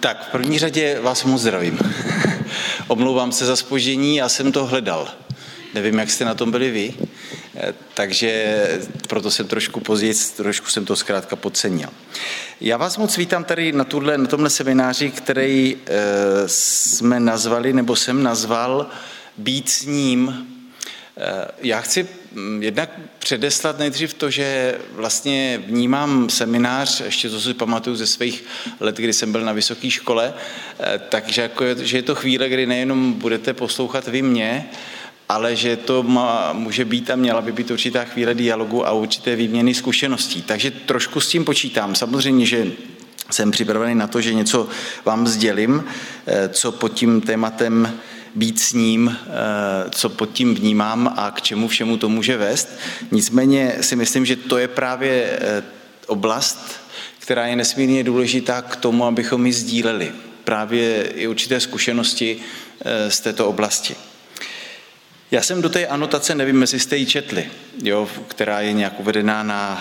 Tak, v první řadě vás moc zdravím. Omlouvám se za zpoždění, já jsem to hledal. Nevím, jak jste na tom byli vy, takže proto jsem trošku později, trošku jsem to zkrátka podcenil. Já vás moc vítám tady na tomhle semináři, který jsme nazvali, nebo jsem nazval Být s ním. Já chci jednak předeslat nejdřív to, že vlastně vnímám seminář, ještě to si pamatuju ze svých let, kdy jsem byl na vysoké škole, takže že je to chvíle, kdy nejenom budete poslouchat vy mě, ale že to může být a měla by být určitá chvíle dialogu a určité výměny zkušeností. Takže trošku s tím počítám. Samozřejmě, že jsem připravený na to, že něco vám sdělím, co pod tím tématem být s ním, co pod tím vnímám a k čemu všemu to může vést. Nicméně si myslím, že to je právě oblast, která je nesmírně důležitá k tomu, abychom ji sdíleli. Právě i určité zkušenosti z této oblasti. Já jsem do té anotace, nevím, jestli jste ji četli, jo, která je nějak uvedená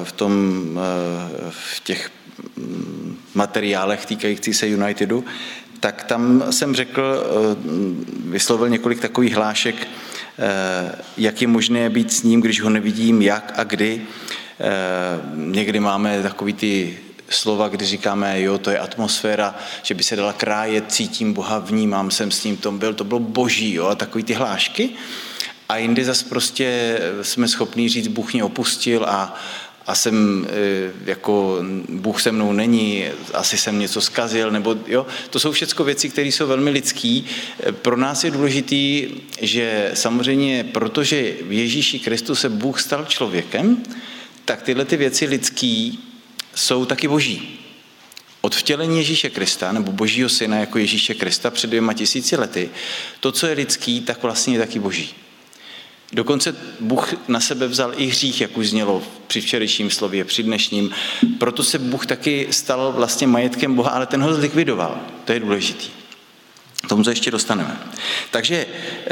v těch materiálech týkajících se Unitedu, tak tam jsem vyslovil několik takových hlášek, jak je možné být s ním, když ho nevidím, jak a kdy. Někdy máme takový ty slova, kdy říkáme, jo, to je atmosféra, že by se dala krájet, cítím Boha, vnímám, jsem s ním, to bylo boží, jo, a takový ty hlášky. A jindy zase prostě jsme schopní říct, Bůh mě opustil a jsem jako Bůh se mnou není, asi jsem něco zkazil, nebo jo, to jsou všechno věci, které jsou velmi lidský. Pro nás je důležitý, že samozřejmě, protože v Ježíši Kristu se Bůh stal člověkem, tak tyhle ty věci lidský jsou taky boží. Od vtělení Ježíše Krista, nebo božího syna jako Ježíše Krista před 2000 lety, to, co je lidský, tak vlastně je taky boží. Dokonce Bůh na sebe vzal i hřích, jak už znělo při včerejším slově, při dnešním. Proto se Bůh taky stal vlastně majetkem Boha, ale ten ho zlikvidoval. To je důležitý. K tomu se ještě dostaneme. Takže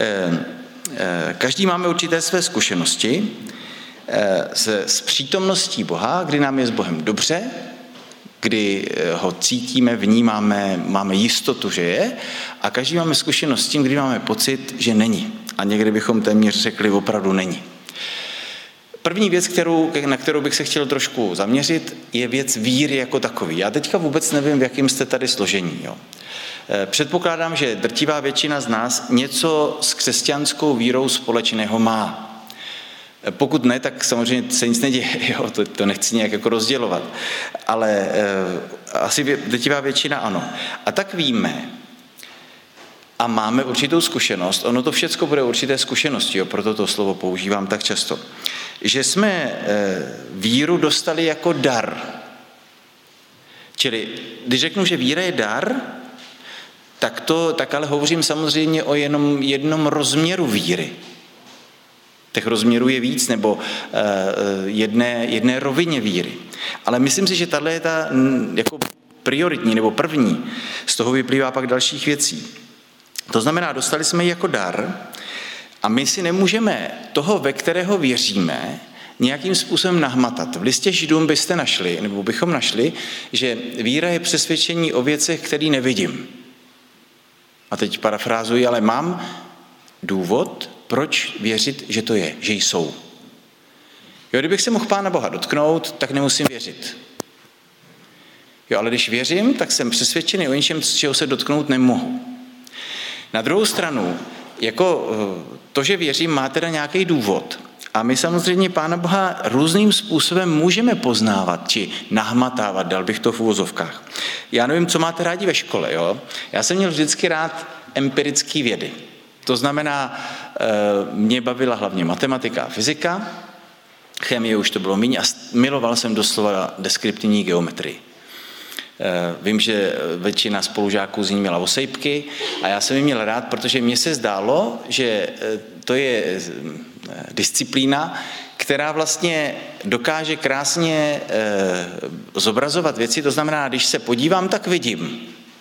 každý máme určité své zkušenosti s přítomností Boha, kdy nám je s Bohem dobře, kdy ho cítíme, vnímáme, máme jistotu, že je, a každý máme zkušenost s tím, kdy máme pocit, že není. A někdy bychom téměř řekli, opravdu není. První věc, na kterou bych se chtěl trošku zaměřit, je věc víry jako takový. Já teďka vůbec nevím, v jakém jste tady složení. Jo. Předpokládám, že drtivá většina z nás něco s křesťanskou vírou společného má. Pokud ne, tak samozřejmě se nic neděje, jo, to nechci nějak jako rozdělovat, ale asi drtivá většina ano. A tak víme a máme určitou zkušenost, ono to všecko bude určité zkušenosti, jo, proto to slovo používám tak často, že jsme víru dostali jako dar. Čili, když řeknu, že víra je dar, tak ale hovořím samozřejmě o jenom jednom rozměru víry. Těch rozměrů je víc, nebo jedné rovině víry. Ale myslím si, že tahle je ta jako prioritní nebo první. Z toho vyplývá pak dalších věcí. To znamená, dostali jsme ji jako dar a my si nemůžeme toho, ve kterého věříme, nějakým způsobem nahmatat. V listě Židům byste našli, nebo bychom našli, že víra je přesvědčení o věcech, které nevidím. A teď parafrázuji, ale mám důvod, proč věřit, že to je, že jsou. Jo, kdybych se mohl Pána Boha dotknout, tak nemusím věřit. Jo, ale když věřím, tak jsem přesvědčený o něčem, z čeho se dotknout nemohu. Na druhou stranu, jako to, že věřím, má teda nějaký důvod. A my samozřejmě Pána Boha různým způsobem můžeme poznávat, či nahmatávat, dal bych to v uvozovkách. Já nevím, co máte rádi ve škole, jo? Já jsem měl vždycky rád empirické vědy. To znamená, mě bavila hlavně matematika a fyzika, chemie už to bylo míň a miloval jsem doslova deskriptivní geometrii. Vím, že většina spolužáků z ní měla osejpky a já jsem ji měl rád, protože mně se zdálo, že to je disciplína, která vlastně dokáže krásně zobrazovat věci, to znamená, když se podívám, tak vidím.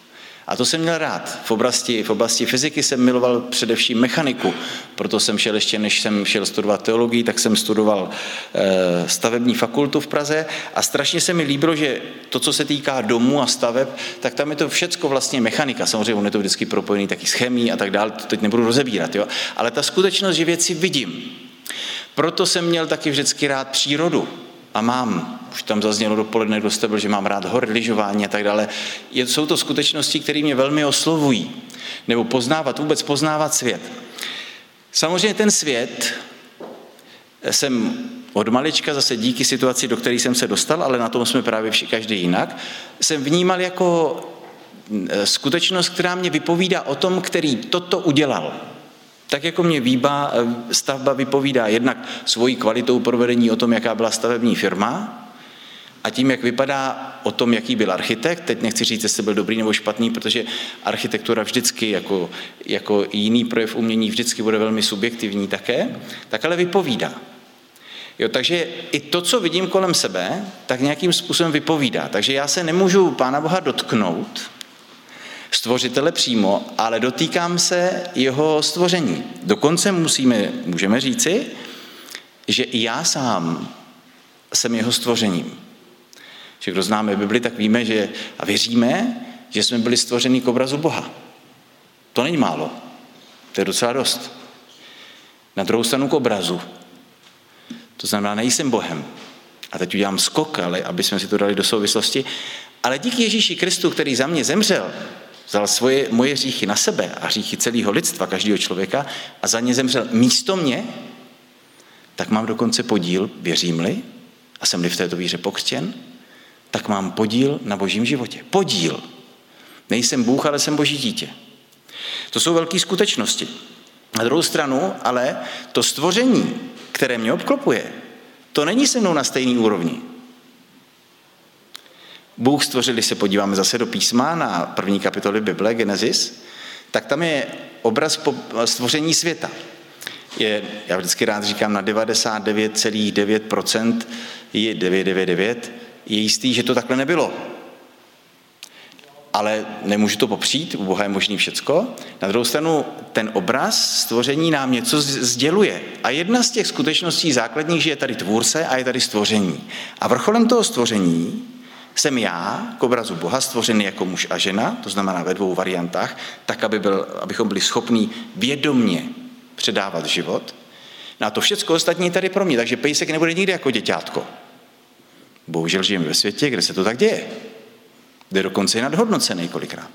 A to jsem měl rád. V oblasti fyziky jsem miloval především mechaniku, proto jsem šel ještě, než jsem šel studovat teologii, tak jsem studoval stavební fakultu v Praze a strašně se mi líbilo, že to, co se týká domů a staveb, tak tam je to všecko vlastně mechanika. Samozřejmě on je to vždycky propojený taky s chemií a tak dále, to teď nebudu rozebírat, jo? Ale ta skutečnost, že věci vidím. Proto jsem měl taky vždycky rád přírodu. A mám, už tam zaznělo dopoledne, kdo jste byl, že mám rád hory, lyžování a tak dále. Jsou to skutečnosti, které mě velmi oslovují. Nebo vůbec poznávat svět. Samozřejmě ten svět jsem od malička, zase díky situaci, do které jsem se dostal, ale na tom jsme právě každý jinak, jsem vnímal jako skutečnost, která mě vypovídá o tom, který toto udělal. Tak jako mě stavba vypovídá jednak svojí kvalitou provedení o tom, jaká byla stavební firma a tím, jak vypadá o tom, jaký byl architekt. Teď nechci říct, jestli byl dobrý nebo špatný, protože architektura vždycky jako jiný projev umění vždycky bude velmi subjektivní také, tak ale vypovídá. Jo, takže i to, co vidím kolem sebe, tak nějakým způsobem vypovídá. Takže já se nemůžu Pána Boha dotknout, stvořitele přímo, ale dotýkám se jeho stvoření. Dokonce můžeme říci, že i já sám jsem jeho stvořením. Že kdo známe Bibli, tak víme a věříme, že jsme byli stvořeni k obrazu Boha. To není málo. To je docela dost. Na druhou stranu k obrazu. To znamená, nejsem Bohem. A teď udělám skok, ale aby jsme si to dali do souvislosti. Ale díky Ježíši Kristu, který za mě zemřel, vzal moje hříchy na sebe a hříchy celého lidstva, každého člověka a za ně zemřel místo mě, tak mám dokonce podíl, věřím-li, a jsem-li v této víře pokřtěn, tak mám podíl na božím životě. Podíl. Nejsem Bůh, ale jsem boží dítě. To jsou velké skutečnosti. Na druhou stranu, ale to stvoření, které mě obklopuje, to není se mnou na stejný úrovni. Bůh stvořil, když se podíváme zase do písma na první kapitoly Bible, Genesis, tak tam je obraz stvoření světa. Já vždycky rád říkám, na 99,9% je 999, je jistý, že to takhle nebylo. Ale nemůžu to popřít, u Boha je možný všecko. Na druhou stranu ten obraz stvoření nám něco sděluje. A jedna z těch skutečností základních, že je tady tvůrce a je tady stvoření. A vrcholem toho stvoření jsem já k obrazu Boha stvořený jako muž a žena, to znamená ve dvou variantách, tak, abychom byli schopni vědomně předávat život. No a to všecko ostatní je tady pro mě, takže pejsek nebude nikdy jako děťátko. Bohužel žijeme ve světě, kde se to tak děje. Kde dokonce je nadhodnocený kolikrát.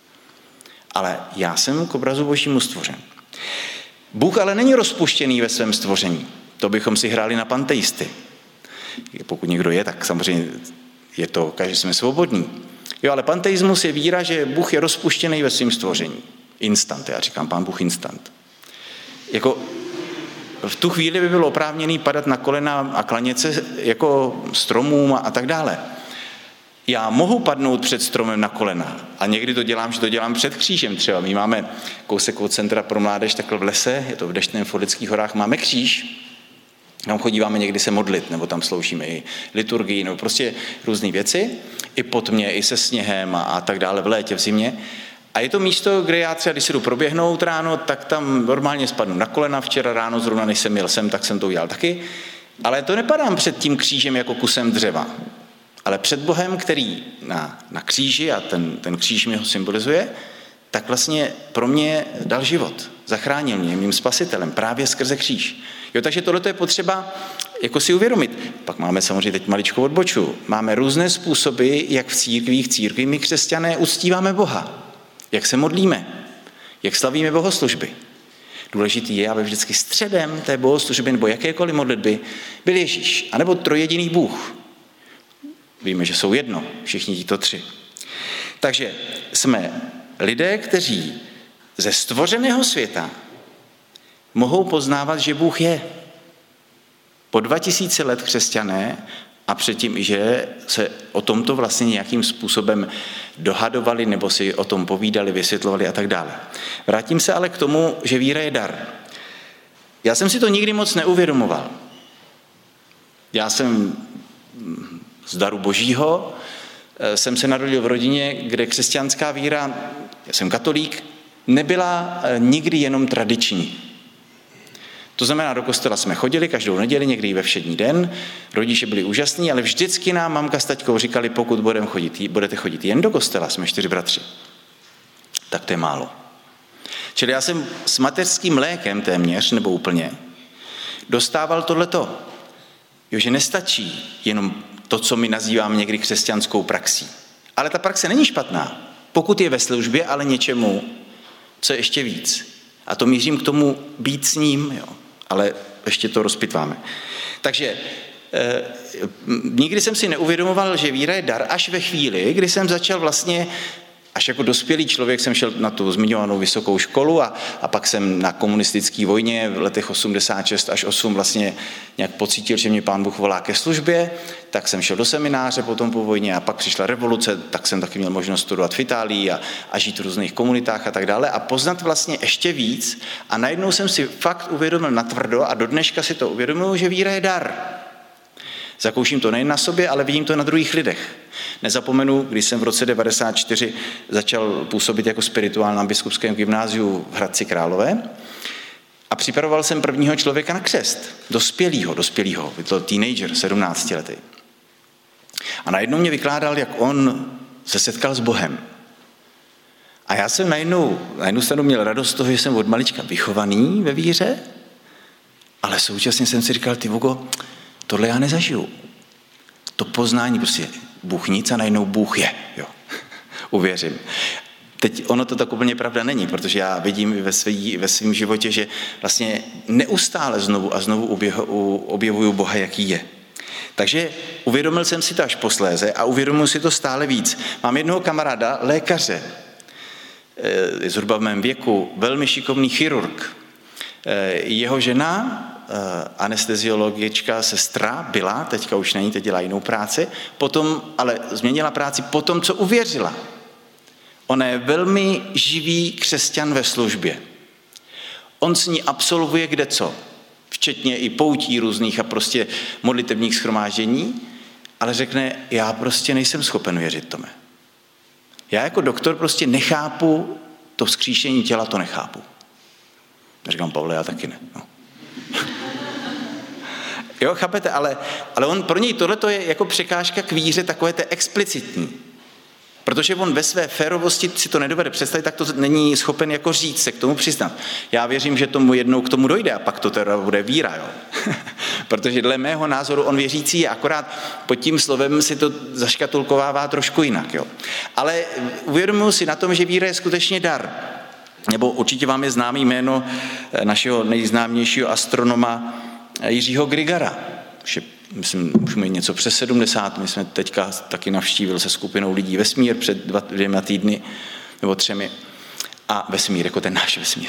Ale já jsem k obrazu Božímu stvořen. Bůh ale není rozpuštěný ve svém stvoření. To bychom si hráli na panteisty. Pokud někdo je, tak samozřejmě je to, každý jsme svobodní. Jo, ale panteismus je víra, že Bůh je rozpuštěný ve svém stvoření. Instant, já říkám Pán Bůh instant. Jako v tu chvíli by bylo oprávněný padat na kolena a klanět se jako stromům a tak dále. Já mohu padnout před stromem na kolena a někdy to dělám, že to dělám před křížem třeba. My máme kousek od centra pro mládež takhle v lese, je to v Deštném v Orlických horách, máme kříž, tam chodíváme někdy se modlit, nebo tam sloužíme i liturgii, nebo prostě různé věci, i pod mě, i se sněhem a tak dále v létě, v zimě. A je to místo, kde já třeba, když si jdu proběhnout ráno, tak tam normálně spadnu na kolena. Včera ráno zrovna, než jsem jel sem, tak jsem to udělal taky. Ale to nepadám před tím křížem jako kusem dřeva. Ale před Bohem, který na kříži, a ten kříž mi ho symbolizuje, tak vlastně pro mě dal život. Zachránil mě, mým spasitelem, právě skrze kříž. Jo, takže tohle je potřeba jako si uvědomit. Pak máme samozřejmě teď maličkou odboču. Máme různé způsoby, jak v církvi my křesťané uctíváme Boha. Jak se modlíme, jak slavíme bohoslužby. Důležitý je, aby vždycky středem té bohoslužby nebo jakékoliv modlitby byl Ježíš, anebo trojjediný Bůh. Víme, že jsou jedno, všichni tito tři. Takže jsme lidé, kteří ze stvořeného světa mohou poznávat, že Bůh je. Po 2000 let křesťané a předtím i, že se o tomto vlastně nějakým způsobem dohadovali nebo si o tom povídali, vysvětlovali a tak dále. Vrátím se ale k tomu, že víra je dar. Já jsem si to nikdy moc neuvědomoval. Já jsem z daru Božího, jsem se narodil v rodině, kde křesťanská víra, já jsem katolík, nebyla nikdy jenom tradiční. To znamená, do kostela jsme chodili každou neděli, někdy i ve všední den, rodiče byli úžasní, ale vždycky nám mamka s taťkou říkali, pokud budete chodit jen do kostela, jsme 4 bratři, tak to je málo. Čili já jsem s mateřským mlékem téměř, nebo úplně, dostával tohleto, že nestačí jenom to, co my nazýváme někdy křesťanskou praxí. Ale ta praxe není špatná, pokud je ve službě, ale něčemu, co je ještě víc. A to mířím k tomu být s ním, jo. Ale ještě to rozpitváme. Takže nikdy jsem si neuvědomoval, že víra je dar, až ve chvíli, kdy jsem začal vlastně, až jako dospělý člověk jsem šel na tu zmiňovanou vysokou školu a pak jsem na komunistické vojně v letech 86 až 8 vlastně nějak pocítil, že mě Pán Bůh volá ke službě, tak jsem šel do semináře potom po vojně a pak přišla revoluce, tak jsem taky měl možnost studovat v Itálii a žít v různých komunitách a tak dále a poznat vlastně ještě víc a najednou jsem si fakt uvědomil natvrdo a do dneška si to uvědomil, že víra je dar. Zakouším to nejen na sobě, ale vidím to na druhých lidech. Nezapomenu, když jsem v roce 1994 začal působit jako spirituál na biskupském gymnáziu v Hradci Králové a připravoval jsem prvního člověka na křest, dospělýho, byl to teenager, 17 letý. A najednou mě vykládal, jak on se setkal s Bohem. A já jsem na jednu stranu měl radost z toho, že jsem od malička vychovaný ve víře, ale současně jsem si říkal, ty Vogo, tohle já nezažiju. To poznání, prostě Bůh nic a najednou Bůh je. Jo. Uvěřím. Teď ono to tak úplně pravda není, protože já vidím ve svém životě, že vlastně neustále znovu a znovu objevuju Boha, jaký je. Takže uvědomil jsem si to až posléze a uvědomuji si to stále víc. Mám jednoho kamaráda, lékaře, zhruba v mém věku, velmi šikovný chirurg. Jeho žena, anesteziologička, sestra byla, teďka už není, teď dělá jinou práci, potom ale změnila práci po tom, co uvěřila. Ona je velmi živý křesťan ve službě. On s ní absolvuje kdeco, včetně i poutí různých a prostě modlitevních shromáždění, ale řekne, já prostě nejsem schopen věřit tomu. Já jako doktor prostě nechápu to vzkříšení těla, to nechápu. Říkám, Pavle, já taky ne. No. Jo, chápete, ale on pro něj tohleto je jako překážka k víře takové té explicitní. Protože on ve své férovosti si to nedovede představit, tak to není schopen jako říct, se k tomu přiznat. Já věřím, že tomu jednou k tomu dojde a pak to teda bude víra, jo. Protože dle mého názoru on věřící je, akorát pod tím slovem si to zaškatulkovává trošku jinak, jo. Ale uvědomuji si na tom, že víra je skutečně dar. Nebo určitě vám je známé jméno našeho nejznámějšího astronoma Jiřího Grigara. Myslím, už mi něco přes 70, my jsme teďka taky navštívil se skupinou lidí vesmír před 2 týdny, nebo 3. A vesmír, jako ten náš vesmír.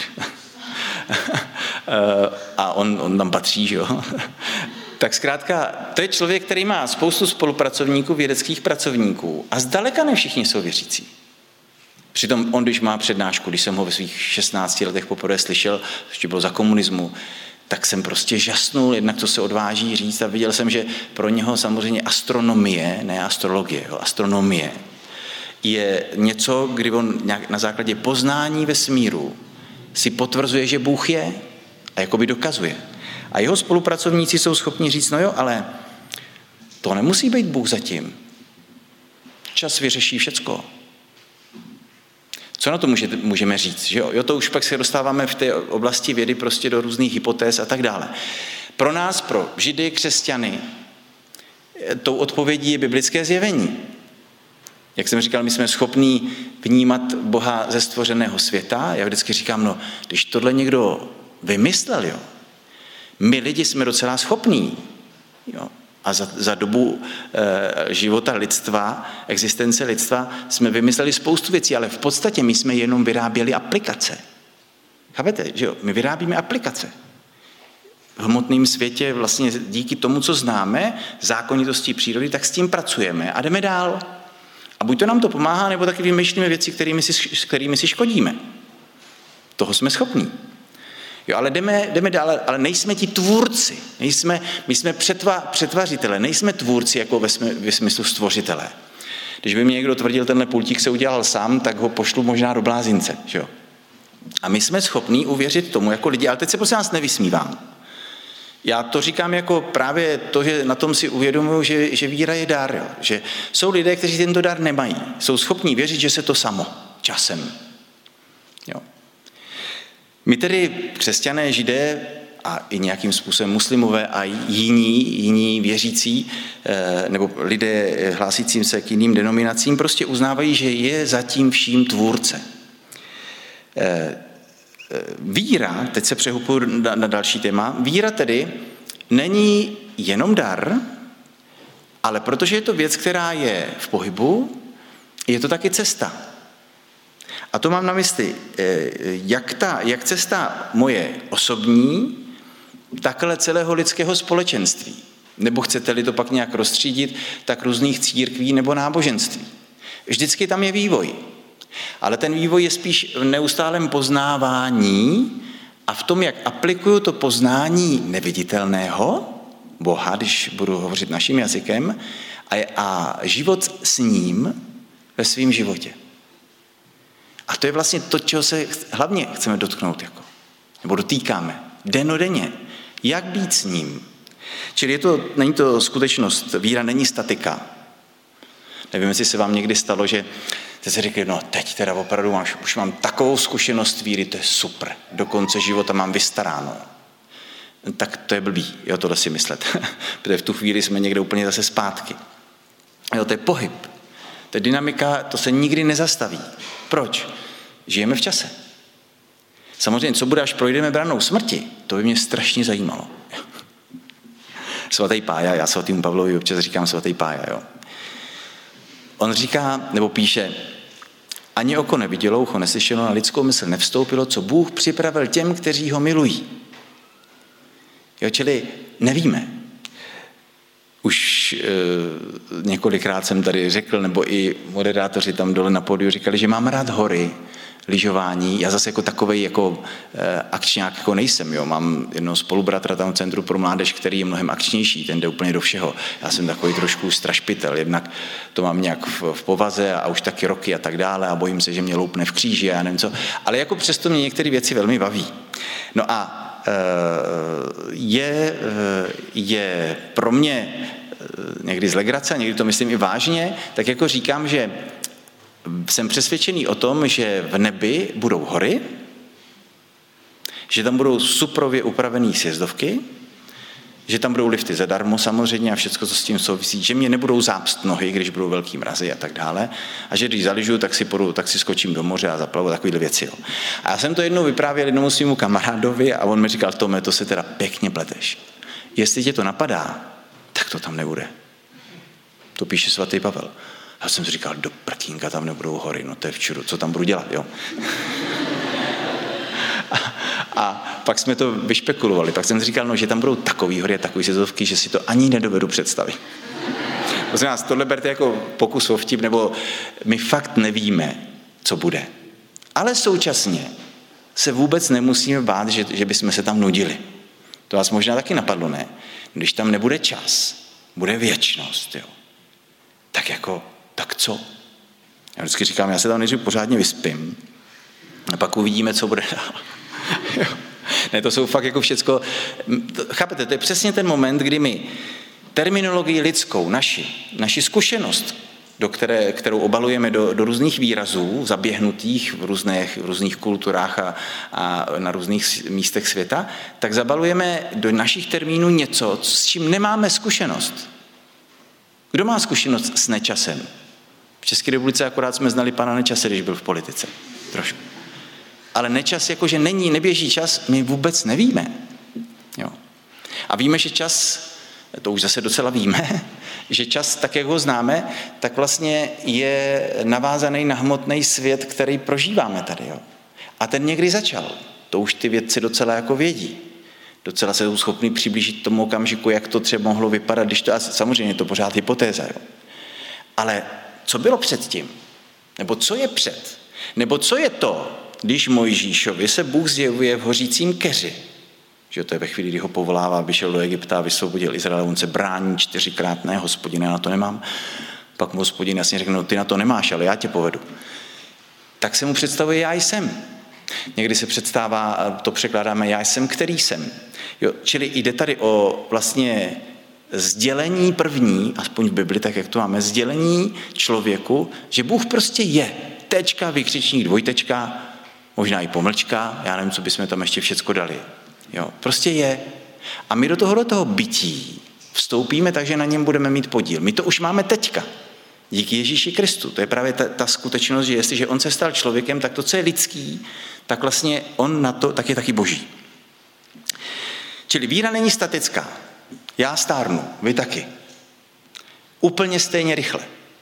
A on tam patří, že jo. Tak zkrátka, to je člověk, který má spoustu spolupracovníků, vědeckých pracovníků a zdaleka ne všichni jsou věřící. Přitom on, když má přednášku, když jsem ho ve svých 16 letech poprvé slyšel, ještě bylo za komunismu, tak jsem prostě žasnul, jednak to se odváží říct a viděl jsem, že pro něho samozřejmě astronomie, ne astrologie, jo, astronomie je něco, kdy on na základě poznání vesmíru si potvrzuje, že Bůh je a jakoby dokazuje. A jeho spolupracovníci jsou schopni říct, no jo, ale to nemusí být Bůh zatím. Čas vyřeší všecko. Co na to můžeme říct? Že jo, to už pak se dostáváme v té oblasti vědy prostě do různých hypotéz a tak dále. Pro nás, pro Židy, křesťany, tou odpovědí je biblické zjevení. Jak jsem říkal, my jsme schopní vnímat Boha ze stvořeného světa. Já vždycky říkám, no, když tohle někdo vymyslel, jo, my lidi jsme docela schopní, jo. A za dobu života lidstva, existence lidstva, jsme vymysleli spoustu věcí, ale v podstatě my jsme jenom vyráběli aplikace. Chápete, že jo? My vyrábíme aplikace. V hmotném světě vlastně díky tomu, co známe, zákonitostí přírody, tak s tím pracujeme a jdeme dál. A buď to nám to pomáhá, nebo taky vymýšlíme věci, kterými si škodíme. Toho jsme schopní. Jo, ale jdeme dál, ale nejsme ti tvůrci. My jsme přetvařitelé, nejsme tvůrci jako ve smyslu stvořitelé. Když by mi někdo tvrdil, tenhle pultík se udělal sám, tak ho pošlu možná do blázince. Že jo? A my jsme schopní uvěřit tomu jako lidi, ale teď se prosím vás nevysmívám. Já to říkám jako právě to, že na tom si uvědomuji, že víra je dar. Jo? Že jsou lidé, kteří tento dar nemají. Jsou schopní věřit, že se to samo časem. Jo? My tedy křesťané, židé a i nějakým způsobem muslimové a jiní věřící nebo lidé hlásícím se k jiným denominacím prostě uznávají, že je zatím vším tvůrce. Víra, teď se přehupuju na další téma, víra tedy není jenom dar, ale protože je to věc, která je v pohybu, je to taky cesta. A to mám na mysli, jak cesta moje osobní, takhle celého lidského společenství. Nebo chcete-li to pak nějak rozstřídit, tak různých církví nebo náboženství. Vždycky tam je vývoj. Ale ten vývoj je spíš v neustálém poznávání a v tom, jak aplikuju to poznání neviditelného, Boha, když budu hovořit naším jazykem, a život s ním ve svém životě. A to je vlastně to, čeho se hlavně chceme dotknout, nebo dotýkáme, dennodenně. Jak být s ním? Čili není to skutečnost, víra není statika. Nevím, jestli se vám někdy stalo, že jste si řekli, no teď teda opravdu už mám takovou zkušenost víry, to je super, do konce života mám vystaráno. Tak to je blbý, jo, tohle si myslet. Protože v tu chvíli jsme někde úplně zase zpátky. Jo, to je pohyb. To je dynamika, to se nikdy nezastaví. Proč? Žijeme v čase. Samozřejmě, co bude, až projdeme branou smrti, to by mě strašně zajímalo. Svatý Pája, já svatýmu Pavlovi občas říkám svatý Pája, jo. On říká, nebo píše, ani oko nevidělo, ucho neslyšelo, na lidskou mysl nevstoupilo, co Bůh připravil těm, kteří ho milují. Jo, čili nevíme. Už několikrát jsem tady řekl, nebo i moderátoři tam dole na pódiu říkali, že mám rád hory, lyžování. Já zase jako takovej jako akčňák jako nejsem. Jo. Mám jednoho spolubratra tam v Centru pro mládež, který je mnohem akčnější, ten jde úplně do všeho. Já jsem takový trošku strašpitel, jednak to mám nějak v povaze a už taky roky a tak dále a bojím se, že mě loupne v kříži a já nevím co. Ale jako přesto mě některé věci velmi baví. No a je pro mě někdy z legrace, někdy to myslím i vážně, tak jako říkám, že jsem přesvědčený o tom, že v nebi budou hory, že tam budou suprově upravené sjezdovky, že tam budou lifty zadarmo samozřejmě a všechno, co s tím souvisí, že mě nebudou zápst nohy, když budou velký mrazy a tak dále, a že když zalyžuju, tak si skočím do moře a zaplavu, takovýhle věci. Jo. A já jsem to jednou vyprávěl jednomu svému kamarádovi a on mi říkal, Tome, to se teda pěkně pleteš. Jestli tě to napadá, tak to tam nebude. To píše svatý Pavel. Já jsem si říkal, do prkínka tam nebudou hory, no to je v čudu, co tam budu dělat, jo. A pak jsme to vyšpekulovali, pak jsem si říkal, no, že tam budou takový hory a takový sjezdovky, že si to ani nedovedu představit. Prosím vás, tohle berte jako pokus o vtip, nebo my fakt nevíme, co bude. Ale současně se vůbec nemusíme bát, že bychom se tam nudili. To vás možná taky napadlo, ne? Když tam nebude čas, bude věčnost, jo. Tak co? Já vždycky říkám, já se tam nejdřív pořádně vyspím a pak uvidíme, co bude dál. Ne, to jsou fakt jako všecko, chápete, to je přesně ten moment, kdy my terminologii lidskou, naši zkušenost, kterou obalujeme do různých výrazů, zaběhnutých v různých kulturách a na různých místech světa, tak zabalujeme do našich termínů něco, s čím nemáme zkušenost. Kdo má zkušenost s nečasem? V České republice akorát jsme znali pana Nečase, když byl v politice. Trošku. Ale nečas, jakože neběží čas, my vůbec nevíme. Jo. A víme, že čas, to už zase docela víme, že čas, tak jak ho známe, tak vlastně je navázaný na hmotný svět, který prožíváme tady. Jo. A ten někdy začal. To už ty vědci docela jako vědí. Docela se jsou schopni přiblížit tomu okamžiku, jak to třeba mohlo vypadat, když to, samozřejmě je to pořád hypotéza. Jo. Ale co bylo předtím? Nebo co je před? Nebo co je to, když Mojžíšovi se Bůh zjevuje v hořícím keři? Že to je ve chvíli, kdy ho povolává, aby šel do Egypta a vysvobodil Izrael, on se brání 4krát, ne, Hospodine, já na to nemám. Pak mu Hospodin jasně řekne, no ty na to nemáš, ale já tě povedu. Tak se mu představuje, já jsem. Někdy se předstává, to překládáme, já jsem, který jsem. Jo, čili jde tady o vlastně sdělení první, aspoň v Bibli, tak jak to máme, sdělení člověku, že Bůh prostě je. Tečka, vykřičník, dvojtečka, možná i pomlčka, já nevím, co bychom tam ještě všecko dali. Jo, prostě je. A my do tohoto bytí vstoupíme, takže na něm budeme mít podíl. My to už máme teďka. Díky Ježíši Kristu. To je právě ta skutečnost, že jestliže on se stal člověkem, tak to, co je lidský, tak vlastně on na to tak je taky boží. Čili víra není statická. Já stárnu, vy taky. Úplně stejně rychle.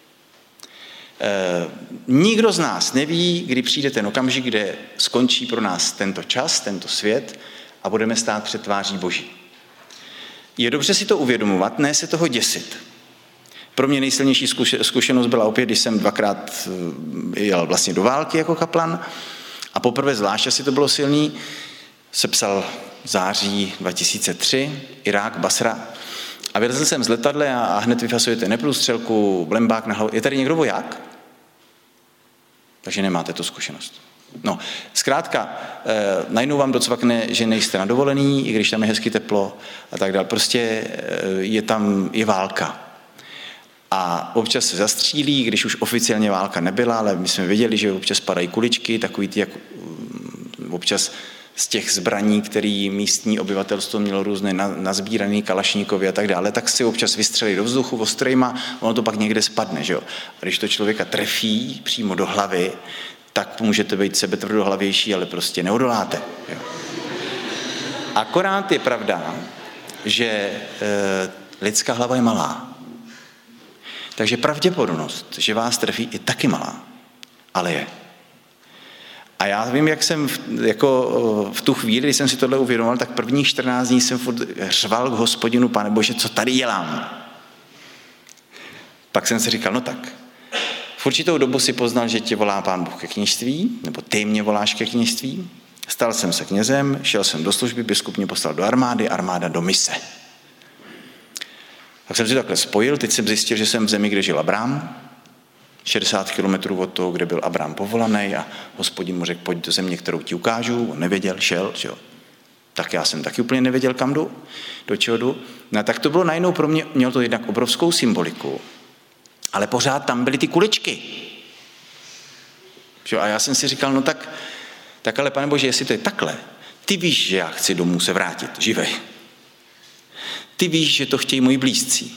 Nikdo z nás neví, kdy přijde ten okamžik, kde skončí pro nás tento čas, tento svět a budeme stát před tváří Boží. Je dobře si to uvědomovat, ne se toho děsit. Pro mě nejsilnější zkušenost byla opět, když jsem 2krát jel vlastně do války jako kaplan a poprvé zvlášť asi to bylo silný, sepsal září 2003, Irák, Basra. A vylezl jsem z letadle a hned vyfasujete neprůstřelku, blembák na hlavu. Je tady někdo voják? Takže nemáte tu zkušenost. No, zkrátka, najednou vám docvakne, že nejste na dovolený, i když tam je hezky teplo a tak dále. Prostě je válka. A občas se zastřílí, když už oficiálně válka nebyla, ale my jsme věděli, že občas padají kuličky, takový ty, jak občas z těch zbraní, který místní obyvatelstvo mělo různé nazbírané kalašníkovy a tak dále, tak si občas vystřelí do vzduchu ostrejma, ono to pak někde spadne, že jo. A když to člověka trefí přímo do hlavy, tak můžete být sebetvrdohlavější, ale prostě neodoláte. Jo. Akorát je pravda, že lidská hlava je malá. Takže pravděpodobnost, že vás trefí, je taky malá, ale je. A já vím, jak jsem v tu chvíli, kdy jsem si tohle uvědomoval, tak prvních 14 dní jsem řval k Hospodinu, Pane Bože, co tady dělám? Pak jsem si říkal, no tak, v určitou dobu si poznal, že tě volá Pán Bůh ke kněžství, nebo ty mě voláš ke kněžství. Stal jsem se knězem, šel jsem do služby, biskup mě poslal do armády, armáda do mise. Tak jsem si takhle spojil, teď jsem zjistil, že jsem v zemi, kde žil Abrám, 60 kilometrů od toho, kde byl Abrám povolaný a Hospodin mu řekl, pojď do země, kterou ti ukážu, on nevěděl, šel, že jo. Tak já jsem taky úplně nevěděl, kam jdu, do čeho jdu. No tak to bylo najednou pro mě, mělo to jednak obrovskou symboliku, ale pořád tam byly ty kuličky. A já jsem si říkal, no tak ale Pane Bože, jestli to je takhle, ty víš, že já chci domů se vrátit, živej. Ty víš, že to chtějí moji blízcí.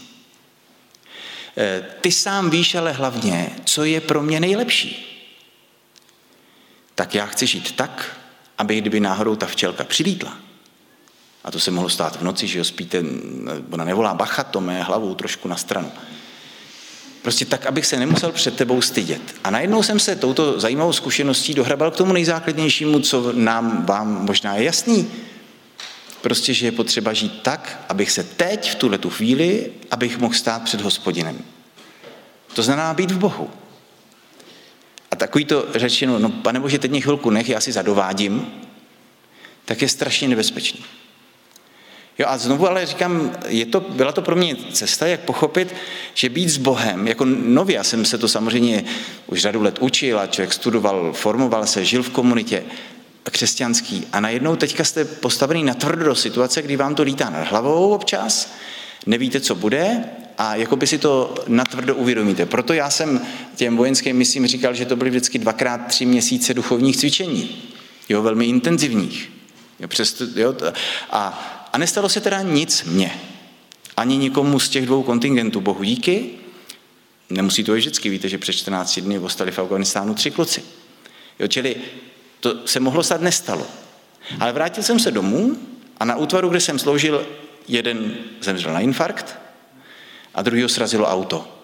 Ty sám víš, ale hlavně, co je pro mě nejlepší. Tak já chci žít tak, aby kdyby náhodou ta včelka přilítla, a to se mohlo stát v noci, že jo, spíte, ona nevolá bacha, to mé hlavou trošku na stranu. Prostě tak, abych se nemusel před tebou stydět. A najednou jsem se touto zajímavou zkušeností dohrabal k tomu nejzákladnějšímu, co vám možná je jasný. Prostě, že je potřeba žít tak, abych se teď, v tuhletu chvíli, abych mohl stát před Hospodinem. To znamená být v Bohu. A takový to řečeno, no Pane Bože, teď mě chvilku nech, já si zadovádím, tak je strašně nebezpečný. Jo, a znovu ale říkám, byla to pro mě cesta, jak pochopit, že být s Bohem, jako nově, já jsem se to samozřejmě už řadu let učil a člověk studoval, formoval se, žil v komunitě křesťanský a najednou teďka jste postavený na tvrdo do situace, kdy vám to lítá nad hlavou občas, nevíte, co bude a jako by si to natvrdo uvědomíte. Proto já jsem těm vojenským misím říkal, že to byly vždycky 2x3 měsíce duchovních cvičení, jo, velmi intenzivních. Jo, a nestalo se teda nic mně, ani nikomu z těch 2 kontingentů, Bohu díky. Nemusí to být vždycky, víte, že před 14 dny ostali v Afghánistánu 3 kluci. Jo, čili to se mohlo stát, nestalo. Ale vrátil jsem se domů a na útvaru, kde jsem sloužil, jeden zemřel na infarkt a druhýho srazilo auto.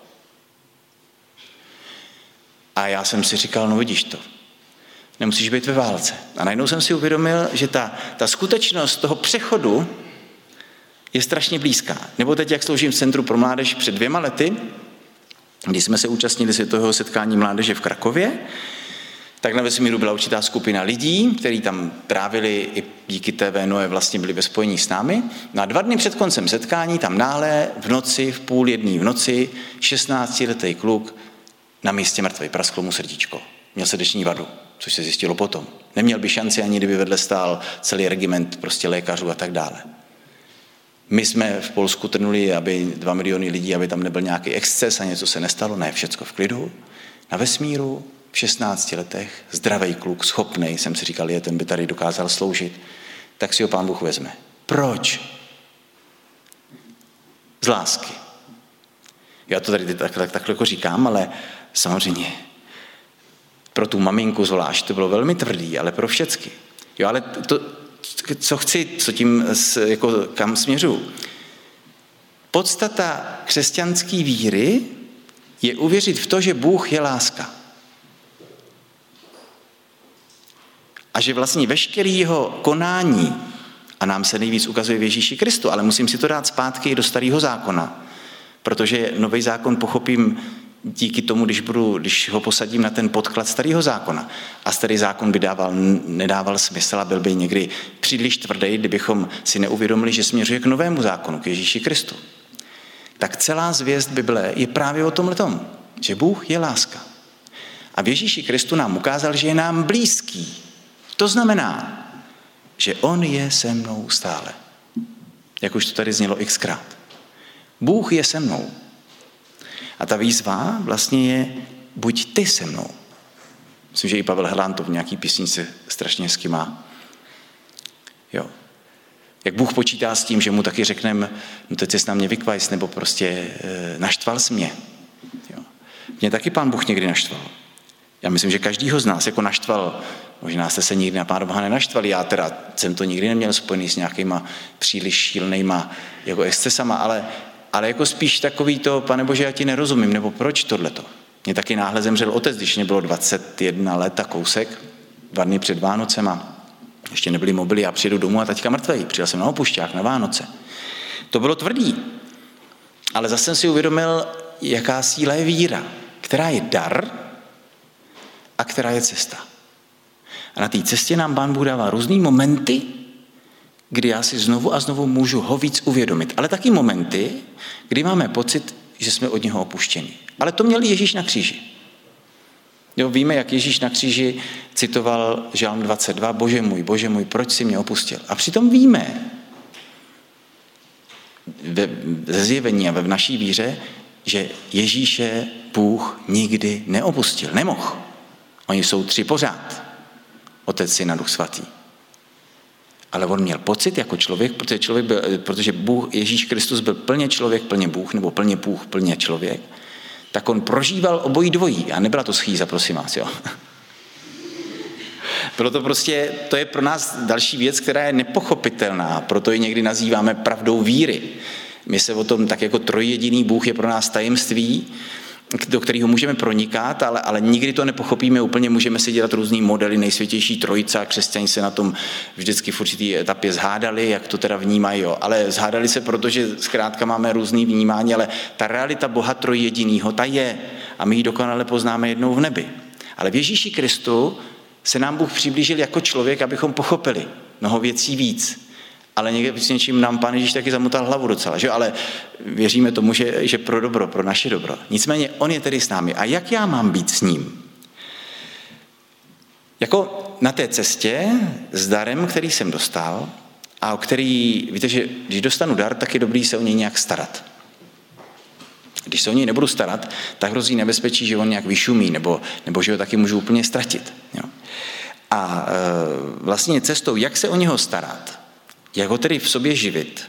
A já jsem si říkal, no vidíš to, nemusíš být ve válce. A najednou jsem si uvědomil, že ta skutečnost toho přechodu je strašně blízká. Nebo teď, jak sloužím v Centru pro mládež před 2 lety, kdy jsme se účastnili světového setkání mládeže v Krakově, tak na vesmíru byla určitá skupina lidí, kteří tam trávili i díky TV Noe vlastně byli ve spojení s námi. No a 2 dny před koncem setkání tam náhle v noci, v 12:30 v noci, 16letý kluk na místě mrtvej, prasklo mu srdíčko. Měl srdeční vadu, což se zjistilo potom. Neměl by šanci ani, kdyby vedle stál celý regiment prostě lékařů a tak dále. My jsme v Polsku trnuli, aby 2 miliony lidí, aby tam nebyl nějaký exces a něco se nestalo. Ne, všecko v klidu. Na vesmíru v 16 letech, zdravý kluk, schopnej, jsem si říkal, ten by tady dokázal sloužit, tak si ho Pán Bůh vezme. Proč? Z lásky. Já to tady takhle jako říkám, ale samozřejmě pro tu maminku zvlášť to bylo velmi tvrdý, ale pro všecky. Jo, ale to, co chci, co tím, jako kam směřu. Podstata křesťanské víry je uvěřit v to, že Bůh je láska. A že vlastně veškerý jeho konání, a nám se nejvíc ukazuje v Ježíši Kristu, ale musím si to dát zpátky do Starého zákona, protože Nový zákon pochopím díky tomu, když ho posadím na ten podklad Starého zákona. A Starý zákon by nedával smysl a byl by někdy příliš tvrdý, kdybychom si neuvědomili, že směřuje k Novému zákonu, k Ježíši Kristu. Tak celá zvěst Bible je právě o tomhletom, že Bůh je láska. A v Ježíši Kristu nám ukázal, že je nám blízký. To znamená, že on je se mnou stále. Jak už to tady znělo xkrát. Bůh je se mnou. A ta výzva vlastně je, buď ty se mnou. Myslím, že i Pavel Hrlán to v nějaký písničce strašně hezky má. Jo. Jak Bůh počítá s tím, že mu taky řekneme, no teď jsi na mě vykvajs, nebo prostě naštval jsi mě. Jo. Mě taky Pán Bůh někdy naštval. Já myslím, že každýho z nás jako naštval. Možná jste se nikdy na Pána Boha nenaštvali, já teda jsem to nikdy neměl spojený s nějakýma příliš šílenýma jako excesama, ale jako spíš takový to, Pane Bože, já ti nerozumím, nebo proč tohleto? Mě taky náhle zemřel otec, když mě bylo 21 let a kousek, 2 dny před Vánocema. Ještě nebyly mobily, já přijedu domů a taťka mrtvej. Přijel jsem na opušťák na Vánoce. To bylo tvrdý. Ale zase jsem si uvědomil, jaká síla je víra, která je dar a která je cesta. A na té cestě nám Pán Bůh dává různý momenty, kdy já si znovu a znovu můžu ho víc uvědomit. Ale taky momenty, kdy máme pocit, že jsme od něho opuštěni. Ale to měl Ježíš na kříži. Jo, víme, jak Ježíš na kříži citoval Žalm 22, Bože můj, proč jsi mě opustil? A přitom víme ze zjevení a ve naší víře, že Ježíše Bůh nikdy neopustil. Nemohl. Oni jsou 3 pořád. Otec, Syn a Duch Svatý. Ale on měl pocit jako člověk, protože Bůh, Ježíš Kristus byl plně člověk, plně Bůh, nebo plně Bůh, plně člověk, tak on prožíval obojí dvojí. A nebyla to schýza, prosím vás, jo. Bylo to prostě, to je pro nás další věc, která je nepochopitelná, proto ji někdy nazýváme pravdou víry. My se o tom, tak jako trojjediný Bůh je pro nás tajemství, do kterého můžeme pronikat, ale nikdy to nepochopíme úplně, můžeme si dělat různý modely, nejsvětější trojice a křesťané se na tom vždycky v určitý etapě zhádali, jak to teda vnímají, jo. Ale zhádali se, protože zkrátka máme různý vnímání, ale ta realita Boha trojjedinýho, ta je a my ji dokonale poznáme jednou v nebi. Ale v Ježíši Kristu se nám Bůh přiblížil jako člověk, abychom pochopili mnoho věcí víc. Ale někdy s něčím nám Pán Ježíš taky zamotal hlavu docela, že? Ale věříme tomu, že pro dobro, pro naše dobro. Nicméně on je tedy s námi. A jak já mám být s ním? Jako na té cestě s darem, který jsem dostal a o který, víte, že když dostanu dar, tak je dobrý se o něj nějak starat. Když se o něj nebudu starat, tak hrozí nebezpečí, že on nějak vyšumí, nebo že ho taky můžu úplně ztratit. Jo? A vlastně cestou, jak se o něho starat, jak ho tedy v sobě živit,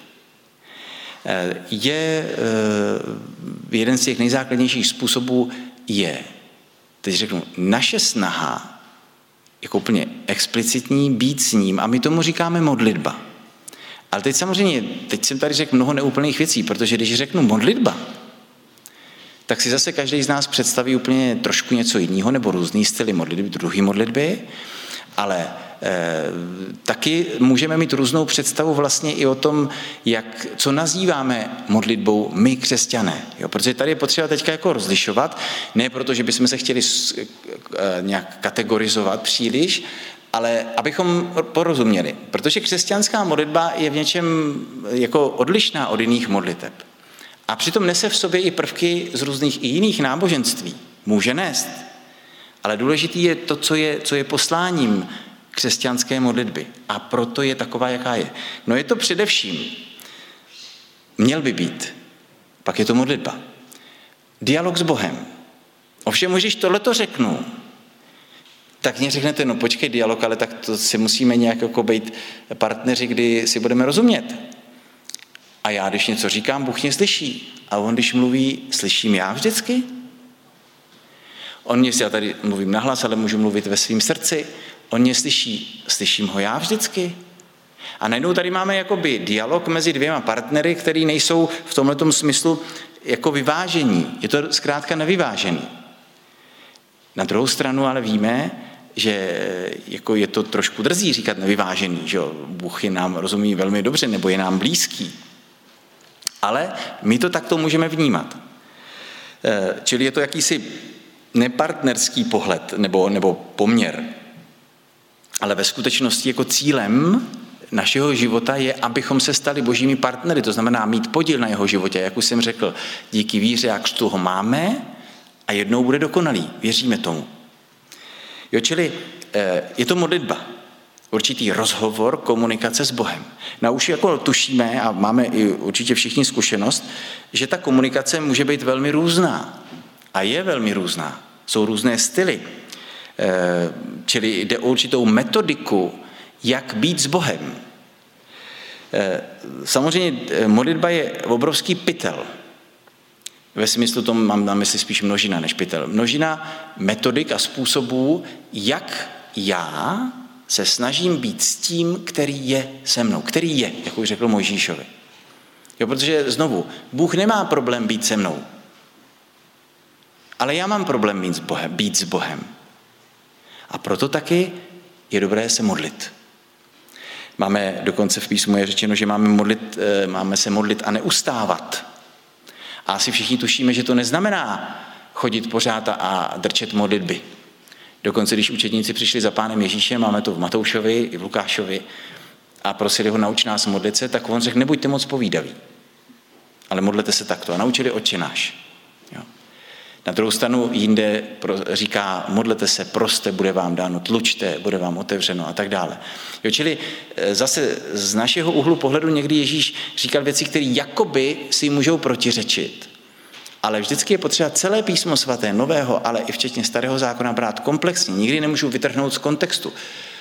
je jeden z těch nejzákladnějších způsobů teď řeknu, naše snaha, jako úplně explicitní, být s ním, a my tomu říkáme modlitba. Ale teď jsem tady řekl mnoho neúplných věcí, protože když řeknu modlitba, tak si zase každý z nás představí úplně trošku něco jiného, nebo různý styly modlitby, druhý modlitby. Ale taky můžeme mít různou představu vlastně i o tom, co nazýváme modlitbou my křesťané. Jo? Protože tady je potřeba teďka jako rozlišovat, ne proto, že bychom se chtěli nějak kategorizovat příliš, ale abychom porozuměli. Protože křesťanská modlitba je v něčem jako odlišná od jiných modliteb. A přitom nese v sobě i prvky z různých i jiných náboženství. Může nést. Ale důležitý je to, co je posláním křesťanské modlitby. A proto je taková, jaká je. No je to především, měl by být, pak je to modlitba. Dialog s Bohem. Ovšem, když tohleto řeknu, tak mě řeknete, no počkej, dialog, ale tak to si musíme nějak jako být partneři, kdy si budeme rozumět. A já, když něco říkám, Bůh mě slyší. A on, když mluví, slyším já vždycky? Já tady mluvím nahlas, ale můžu mluvit ve svém srdci. On mě slyší, slyším ho já vždycky? A najednou tady máme jakoby dialog mezi dvěma partnery, který nejsou v tomhletom smyslu jako vyvážení. Je to zkrátka nevyvážený. Na druhou stranu ale víme, že jako je to trošku drzí říkat nevyvážený, že Bůh je nám rozumí velmi dobře, nebo je nám blízký. Ale my to takto můžeme vnímat. Čili je to jakýsi nepartnerský pohled nebo poměr. Ale ve skutečnosti jako cílem našeho života je, abychom se stali božími partnery, to znamená mít podíl na jeho životě. Jak už jsem řekl, díky víře a křtu ho máme a jednou bude dokonalý. Věříme tomu. Jo, čili je to modlitba. Určitý rozhovor, komunikace s Bohem. No už jako tušíme a máme i určitě všichni zkušenost, že ta komunikace může být velmi různá. A je velmi různá. Jsou různé styly. Čili jde o určitou metodiku, jak být s Bohem. Samozřejmě modlitba je obrovský pytel. Ve smyslu tomu mám na mysli spíš množina než pytel. Množina metodik a způsobů, jak já se snažím být s tím, který je se mnou. Který je, jak už řekl Mojžíšovi. Jo, protože znovu, Bůh nemá problém být se mnou. Ale já mám problém být s Bohem. A proto taky je dobré se modlit. Máme dokonce v písmu je řečeno, že máme se modlit a neustávat. A asi všichni tušíme, že to neznamená chodit pořád a drčet modlitby. Dokonce, když učedníci přišli za Pánem Ježíšem, máme to v Matoušovi i v Lukášovi, a prosili ho, nauč nás modlit se, tak on řekl, nebuďte moc povídaví, ale modlete se takto. A naučili Otče náš. Jo. Na druhou stranu jinde říká, modlete se, proste, bude vám dáno, tlučte, bude vám otevřeno a tak dále. Jo, čili zase z našeho úhlu pohledu někdy Ježíš říkal věci, které jakoby si můžou protiřečit. Ale vždycky je potřeba celé písmo svaté, nového, ale i včetně starého zákona brát komplexně. Nikdy nemůžu vytrhnout z kontextu.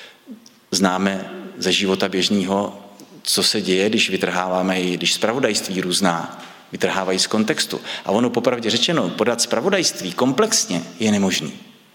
Známe ze života běžného, co se děje, když vytrháváme, když zpravodajství různá vytrhávají z kontextu. A ono popravdě řečeno, podat zpravodajství komplexně je nemožný.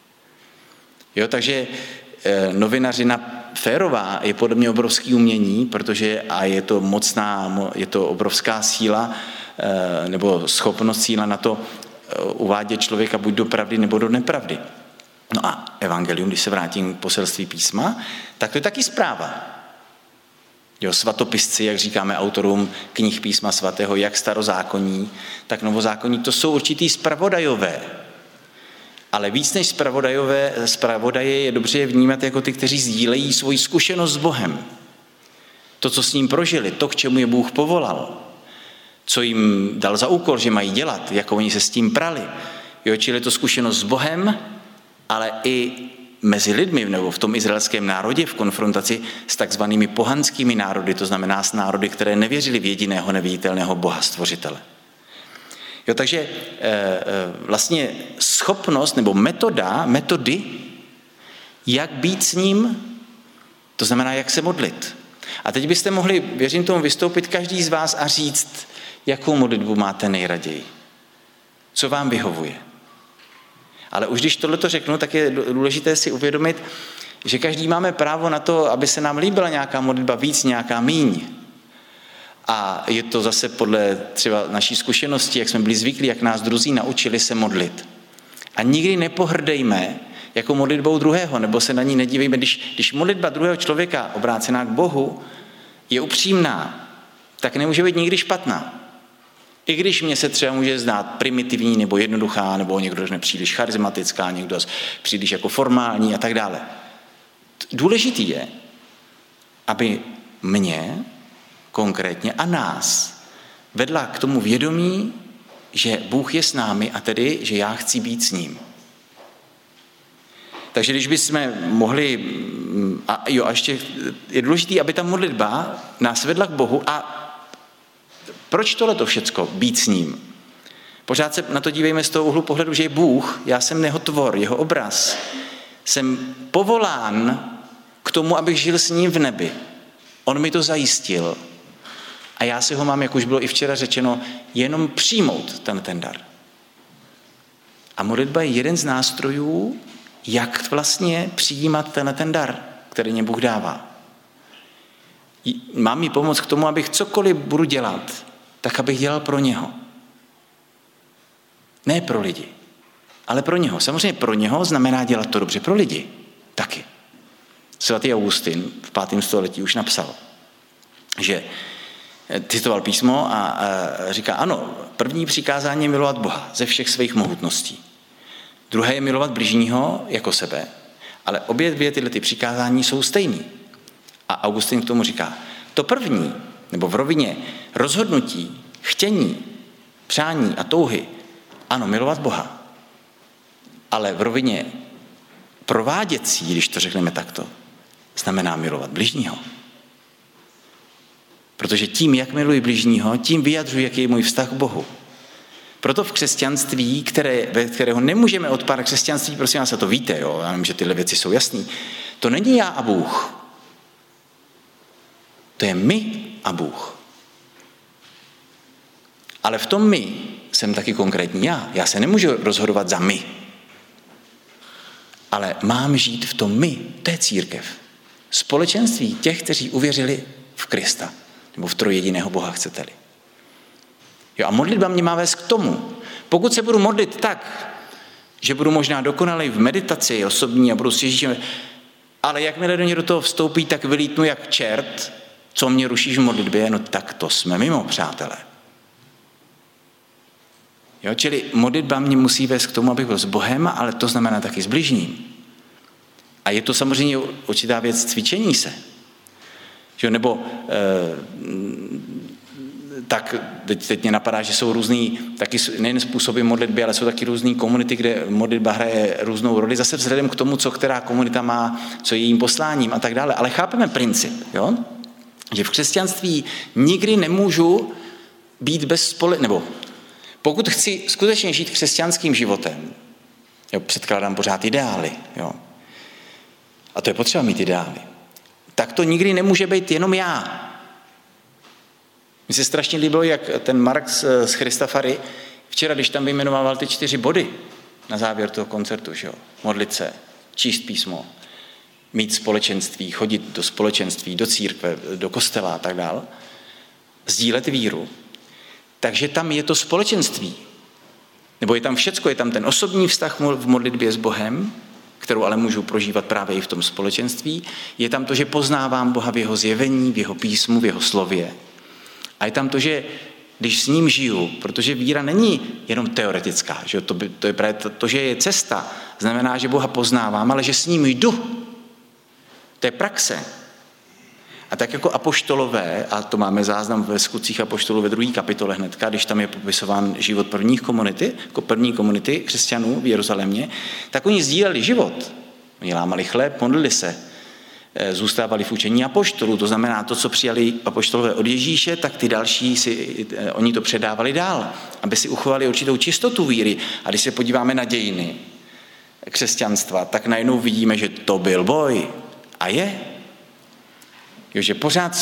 Jo, takže novinařina férová je podle mě obrovský umění, protože a je to mocná, je to obrovská síla, nebo schopnost síla na to uvádět člověka buď do pravdy, nebo do nepravdy. No a evangelium, když se vrátím k poselství písma, tak to je taky zpráva. Jo, svatopisci, jak říkáme autorům knih písma svatého, jak starozákonní, tak novozákonní, to jsou určitý zpravodajové. Ale víc než zpravodaje je dobře je vnímat jako ty, kteří sdílejí svoji zkušenost s Bohem. To, co s ním prožili, to, k čemu je Bůh povolal, co jim dal za úkol, že mají dělat, jak oni se s tím prali. Jo, čili to zkušenost s Bohem, ale i mezi lidmi, nebo v tom izraelském národě v konfrontaci s takzvanými pohanskými národy, to znamená s národy, které nevěřili v jediného neviditelného Boha stvořitele. Jo, takže vlastně schopnost nebo metody, jak být s ním, to znamená, jak se modlit. A teď byste mohli, věřím tomu, vystoupit každý z vás a říct, jakou modlitbu máte nejraději. Co vám vyhovuje. Ale už když tohleto řeknu, tak je důležité si uvědomit, že každý máme právo na to, aby se nám líbila nějaká modlitba víc, nějaká míň. A je to zase podle třeba naší zkušenosti, jak jsme byli zvyklí, jak nás druzí naučili se modlit. A nikdy nepohrdejme jako modlitbou druhého, nebo se na ní nedívejme. Když modlitba druhého člověka obrácená k Bohu je upřímná, tak nemůže být nikdy špatná. I když mě se třeba může zdát primitivní nebo jednoduchá, nebo někdo řekne příliš charismatická, někdo příliš jako formální a tak dále. Důležitý je, aby mě konkrétně a nás vedla k tomu vědomí, že Bůh je s námi a tedy, že já chci být s ním. Takže když bychom mohli, a ještě je důležité, aby ta modlitba nás vedla k Bohu a proč tohleto všecko, být s ním? Pořád se na to dívejme z toho úhlu pohledu, že je Bůh, já jsem jeho tvor, jeho obraz. Jsem povolán k tomu, abych žil s ním v nebi. On mi to zajistil. A já si ho mám, jak už bylo i včera řečeno, jenom přijmout ten dar. A modlitba je jeden z nástrojů, jak vlastně přijímat ten dar, který mě Bůh dává. Mám mi pomoct k tomu, abych cokoliv budu dělat, tak abych dělal pro něho. Ne pro lidi, ale pro něho. Samozřejmě pro něho znamená dělat to dobře pro lidi. Taky. Svatý Augustin v 5. století už napsal, že citoval písmo a říká, ano, první přikázání je milovat Boha ze všech svých mohutností. Druhé je milovat bližního jako sebe, ale obě dvě tyhle přikázání jsou stejný. A Augustin k tomu říká, to první, nebo v rovině rozhodnutí, chtění, přání a touhy, ano, milovat Boha, ale v rovině prováděcí, když to řekneme takto, znamená milovat bližního. Protože tím, jak miluji bližního, tím vyjadřuji, jaký je můj vztah k Bohu. Proto v křesťanství, ve kterého nemůžeme odpádat křesťanství, prosím vás, a to víte, jo, já vím, že tyhle věci jsou jasný, to není já a Bůh. To je my a Bůh. Ale v tom my jsem taky konkrétní já. Já se nemůžu rozhodovat za my. Ale mám žít v tom my, to je církev. Společenství těch, kteří uvěřili v Krista. Nebo v trojjediného Boha, chcete-li. Jo, a modlitba mě má vést k tomu. Pokud se budu modlit tak, že budu možná dokonalý v meditaci osobní a budu s Ježíšem, ale jakmile do toho vstoupí, tak vylítnu jak čert, co mě rušíš v modlitbě, no tak to jsme mimo, přátelé. Jo, čili modlitba mě musí vést k tomu, abych byl s Bohem, ale to znamená taky s bližním. A je to samozřejmě určitá věc cvičení se. Jo, nebo tak teď mě napadá, že jsou různý taky nejen způsoby modlitby, ale jsou taky různý komunity, kde modlitba hraje různou roli, zase vzhledem k tomu, co která komunita má, co je jejím posláním a tak dále. Ale chápeme princip, jo? Že v křesťanství nikdy nemůžu být nebo pokud chci skutečně žít křesťanským životem, jo, předkládám pořád ideály, jo, a to je potřeba mít ideály, tak to nikdy nemůže být jenom já. Mně se strašně líbilo, jak ten Marx z Christafary včera, když tam vyjmenovával ty 4 body na závěr toho koncertu, že jo? Modlit se, číst písmo, mít společenství, chodit do společenství, do církve, do kostela a tak dál, sdílet víru, takže tam je to společenství. Nebo je tam všecko, je tam ten osobní vztah v modlitbě s Bohem, kterou ale můžu prožívat právě i v tom společenství. Je tam to, že poznávám Boha v jeho zjevení, v jeho písmu, v jeho slově. A je tam to, že když s ním žiju, protože víra není jenom teoretická, že to je právě to, že je cesta, znamená, že Boha poznávám, ale že s ním jdu. To je praxe. A tak jako apoštolové, a to máme záznam ve Skutcích apoštolů ve 2. kapitole hnedka, když tam je popisován život první komunity křesťanů v Jeruzalémě, tak oni sdíleli život. Oni lámali chléb, modlili se, zůstávali v učení apoštolů, to znamená to, co přijali apoštolové od Ježíše, tak ty další oni to předávali dál, aby si uchovali určitou čistotu víry. A když se podíváme na dějiny křesťanstva, tak najednou vidíme, že to byl boj. A je. Jo, že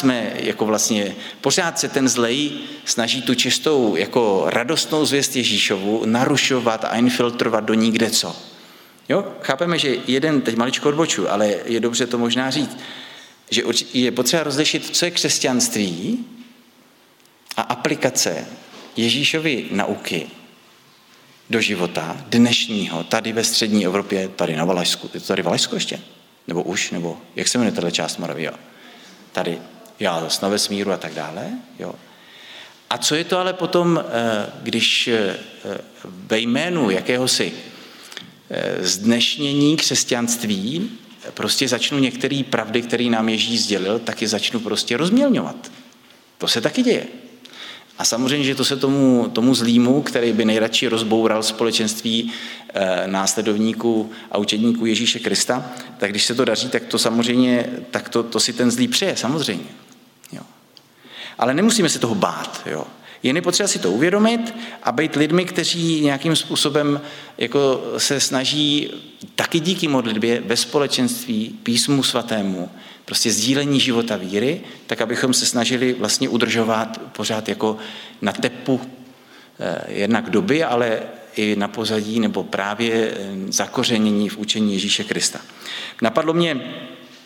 pořád se ten zlej snaží tu čistou, jako radostnou zvěst Ježíšovu narušovat a infiltrovat do ní kdeco. Jo, chápeme, že teď maličko odboču, ale je dobře to možná říct, že je potřeba rozlišit, co je křesťanství a aplikace Ježíšovy nauky do života dnešního, tady ve střední Evropě, tady na Valašsku. Je to tady Valašsko ještě? Nebo už? Nebo jak se jmenuje tato část Moravy? Jo. Tady, já na vesmíru a tak dále. Jo. A co je to ale potom, když ve jménu jakéhosi zdnešnění křesťanství prostě začnu některé pravdy, které nám Ježíš sdělil, tak je začnu prostě rozmělňovat. To se taky děje. A samozřejmě, že to se tomu zlýmu, který by nejradši rozboural společenství následovníků a učedníků Ježíše Krista, tak když se to daří, tak to samozřejmě, tak to si ten zlý přeje, samozřejmě. Jo. Ale nemusíme se toho bát. Jo. Jen je potřeba si to uvědomit a být lidmi, kteří nějakým způsobem jako se snaží taky díky modlitbě ve společenství, písmu svatému, prostě sdílení života víry, tak abychom se snažili vlastně udržovat pořád jako na tepu jednak doby, ale i na pozadí nebo právě zakořenění v učení Ježíše Krista. Napadlo mě,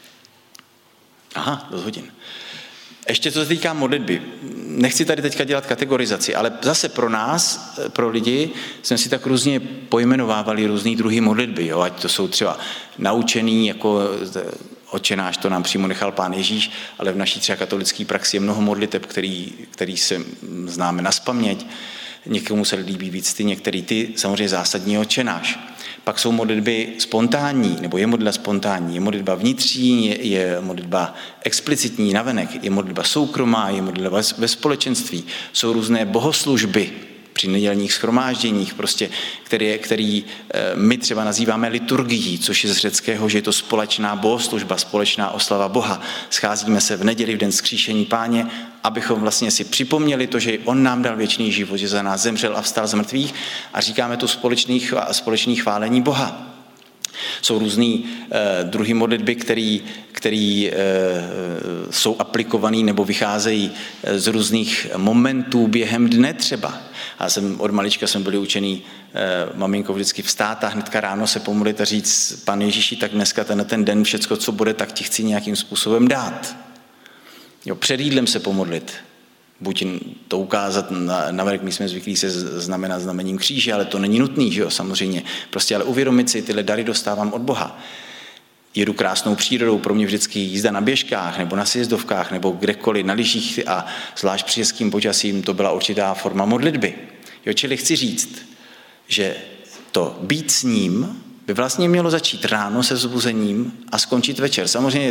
dost hodin. Ještě co se týká modlitby. Nechci tady teďka dělat kategorizaci, ale zase pro nás, pro lidi, jsme si tak různě pojmenovávali různý druhy modlitby. Jo? Ať to jsou třeba naučený, jako Otče náš, to nám přímo nechal Pán Ježíš, ale v naší třeba katolické praxi je mnoho modliteb, který se známe nazpaměť. Někomu se líbí víc ty, některý ty, samozřejmě zásadní Otče náš. Pak jsou modlitby spontánní, nebo je modlitba spontánní, je modlitba vnitřní, je modlitba explicitní navenek, je modlitba soukromá, je modlitba ve společenství. Jsou různé bohoslužby při nedělních shromážděních, prostě, který my třeba nazýváme liturgií, což je z řeckého, že je to společná bohoslužba, společná oslava Boha. Scházíme se v neděli, v den vzkříšení Páně, abychom vlastně si připomněli to, že on nám dal věčný život, že za nás zemřel a vstal z mrtvých a říkáme to společný chválení Boha. Jsou různý druhy modlitby, který jsou aplikovaný nebo vycházejí z různých momentů během dne třeba. A od malička jsme byli učený maminkou vždycky vstát a hnedka ráno se pomodlit a říct: Pane Ježíši, tak dneska ten den všecko, co bude, tak ti chci nějakým způsobem dát. Jo, před jídlem se pomodlit. Buď to ukázat na vrch, my jsme zvyklí se znamenat znamením kříže, ale to není nutný, že jo, samozřejmě. Prostě ale uvědomit si, tyhle dary dostávám od Boha. Jedu krásnou přírodou, pro mě vždycky jízda na běžkách nebo na sjezdovkách nebo kdekoliv na lyžích a zvlášť při hezkým počasím to byla určitá forma modlitby. Jo, čili chci říct, že to být s ním by vlastně mělo začít ráno se vzbuzením a skončit večer. Samozřejmě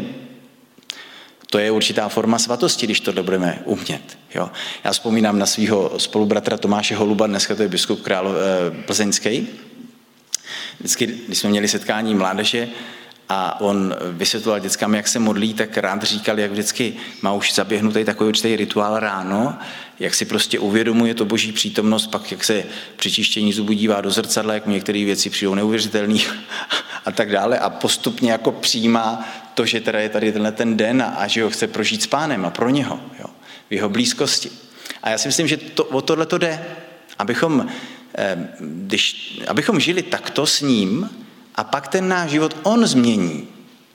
to je určitá forma svatosti, když tohle budeme umět. Jo. Já vzpomínám na svého spolubratra Tomáše Holuba, dneska to je biskup plzeňský. Vždycky, když jsme měli setkání mládeže a on vysvětloval dětskám, jak se modlí, tak rád říkal, jak vždycky má už zaběhnutý takový určitý rituál ráno, jak si prostě uvědomuje to boží přítomnost, pak jak se při čištění zubů dívá do zrcadla, jak mu některé věci přijdou neuvěřitelné a tak dále a postupně jako přijímá to, že teda je tady ten den a že ho chce prožít s Pánem a pro něho, jo, v jeho blízkosti. A já si myslím, že o tohle to jde, abychom žili takto s ním a pak ten náš život on změní.